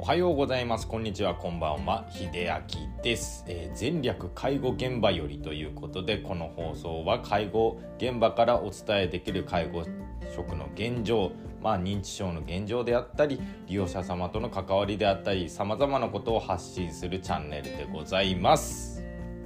おはようございます。こんにちは、こんばんは。秀明です。前略介護現場よりということで、この放送は介護現場からお伝えできる介護職の現状、認知症の現状であったり、利用者様との関わりであったり、様々なことを発信するチャンネルでございます。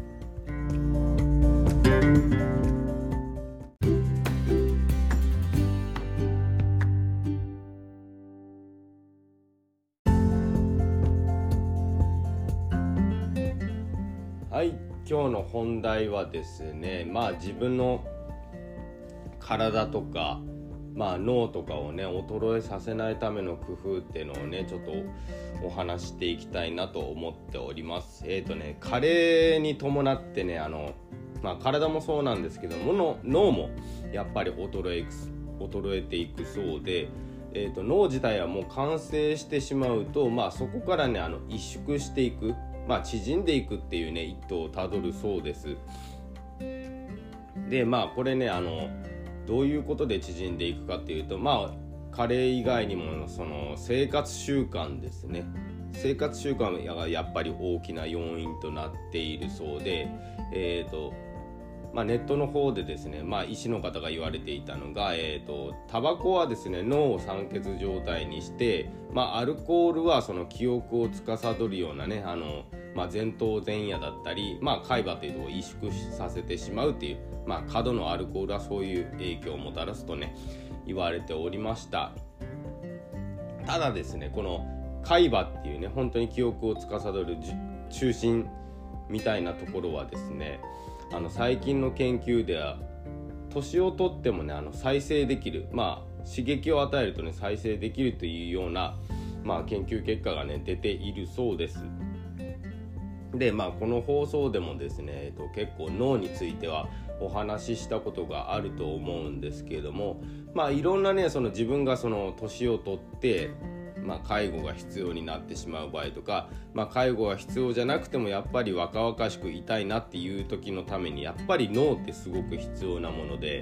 はい、今日の本題はですね、自分の体とか、脳とかをね衰えさせないための工夫っていうのをねちょっとお話していきたいなと思っております。加齢に伴ってね体もそうなんですけども脳もやっぱり衰えていくそうで、脳自体はもう完成してしまうと、そこからね萎縮していく、縮んでいくっていうね一途をたどるそうです。でこれねどういうことで縮んでいくかっていうと、加齢以外にもその生活習慣ですね。生活習慣がやっぱり大きな要因となっているそうで、ネットの方でですね、医師の方が言われていたのが、タバコはですね脳を酸欠状態にして、アルコールはその記憶を司るようなね前頭前野だったり、海馬というところを萎縮させてしまうっていう、過度のアルコールはそういう影響をもたらすとね言われておりました。ただですね、この海馬っていうね本当に記憶を司る中心みたいなところはですね、最近の研究では年をとってもね再生できる、刺激を与えるとね再生できるというような、研究結果がね出ているそうです。でこの放送でもですね、結構脳についてはお話ししたことがあると思うんですけれども、いろんなねその自分がその年を取って介護が必要になってしまう場合とか、介護が必要じゃなくてもやっぱり若々しくいたいなっていう時のためにやっぱり脳ってすごく必要なもので、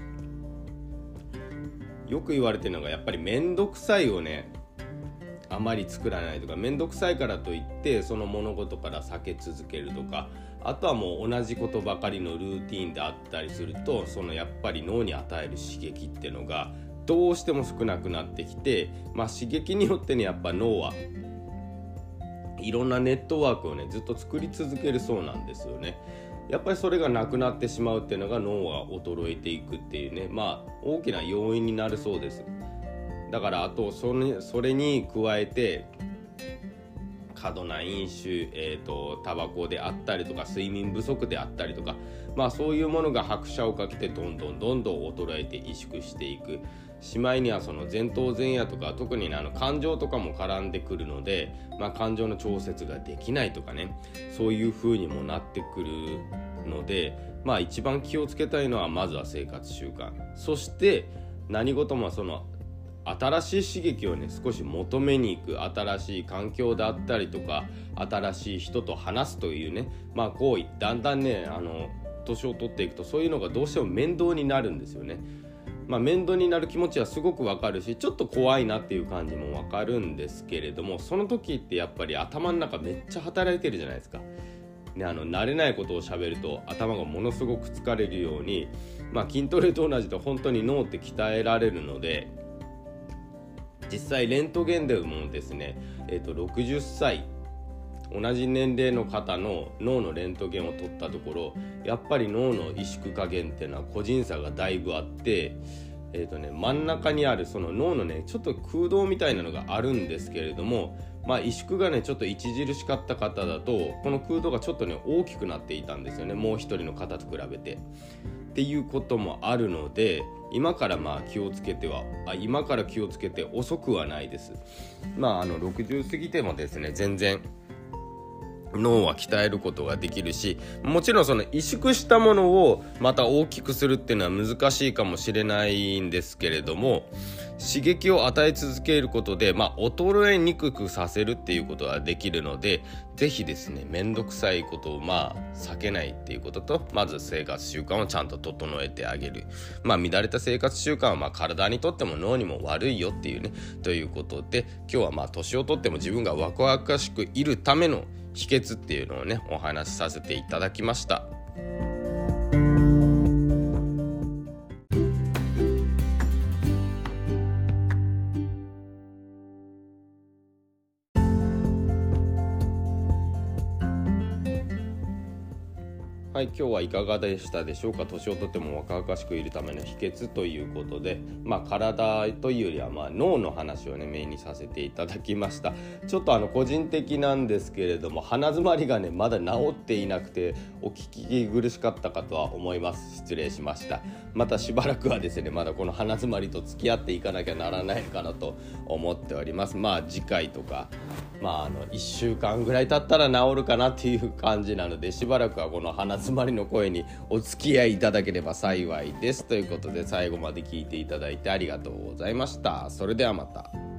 よく言われてるのがやっぱり面倒くさいをねあまり作らないとか、面倒くさいからといってその物事から避け続けるとか、あとはもう同じことばかりのルーティンであったりすると、そのやっぱり脳に与える刺激っていうのがどうしても少なくなってきて、刺激によってねやっぱ脳はいろんなネットワークをねずっと作り続けるそうなんですよね。やっぱりそれがなくなってしまうっていうのが脳が衰えていくっていうね大きな要因になるそうです。だからあとそれに加えて過度な飲酒、タバコであったりとか睡眠不足であったりとか、そういうものが拍車をかけてどんどん衰えて萎縮していく。しまいにはその前頭前野とか特に感情とかも絡んでくるので、感情の調節ができないとかね、そういう風にもなってくるので、一番気をつけたいのはまずは生活習慣、そして何事もその新しい刺激をね少し求めに行く、新しい環境であったりとか新しい人と話すというね行為、だんだんね年を取っていくとそういうのがどうしても面倒になるんですよね。面倒になる気持ちはすごくわかるし、ちょっと怖いなっていう感じもわかるんですけれども、その時ってやっぱり頭の中めっちゃ働いてるじゃないですか。慣れないことを喋ると頭がものすごく疲れるように、筋トレと同じで本当に脳って鍛えられるので、実際レントゲンでもですね、60歳同じ年齢の方の脳のレントゲンを取ったところ、やっぱり脳の萎縮加減っていうのは個人差がだいぶあって、真ん中にあるその脳のねちょっと空洞みたいなのがあるんですけれども、萎縮がねちょっと著しかった方だとこの空洞がちょっとね大きくなっていたんですよね、もう一人の方と比べてっていうこともあるので、今から気をつけて遅くはないです。60過ぎてもですね全然脳は鍛えることができるし、もちろんその萎縮したものをまた大きくするっていうのは難しいかもしれないんですけれども、 刺激を与え続けることで、衰えにくくさせるっていうことができるので、ぜひですね、めんどくさいことを避けないっていうことと、まず生活習慣をちゃんと整えてあげる。乱れた生活習慣は体にとっても脳にも悪いよっていうね、ということで、今日は年をとっても自分が若々しくいるための秘訣っていうのをね、お話しさせていただきました。はい、今日はいかがでしたでしょうか。年をとっても若々しくいるための秘訣ということで、体というよりは脳の話をねメインにさせていただきました。ちょっと個人的なんですけれども、鼻づまりがねまだ治っていなくてお聞き苦しかったかとは思います。失礼しました。またしばらくはですね、まだこの鼻づまりと付き合っていかなきゃならないかなと思っております。次回とか1週間ぐらい経ったら治るかなっていう感じなので、しばらくはこの鼻詰まりの声にお付き合いいただければ幸いです。ということで、最後まで聞いていただいてありがとうございました。それではまた。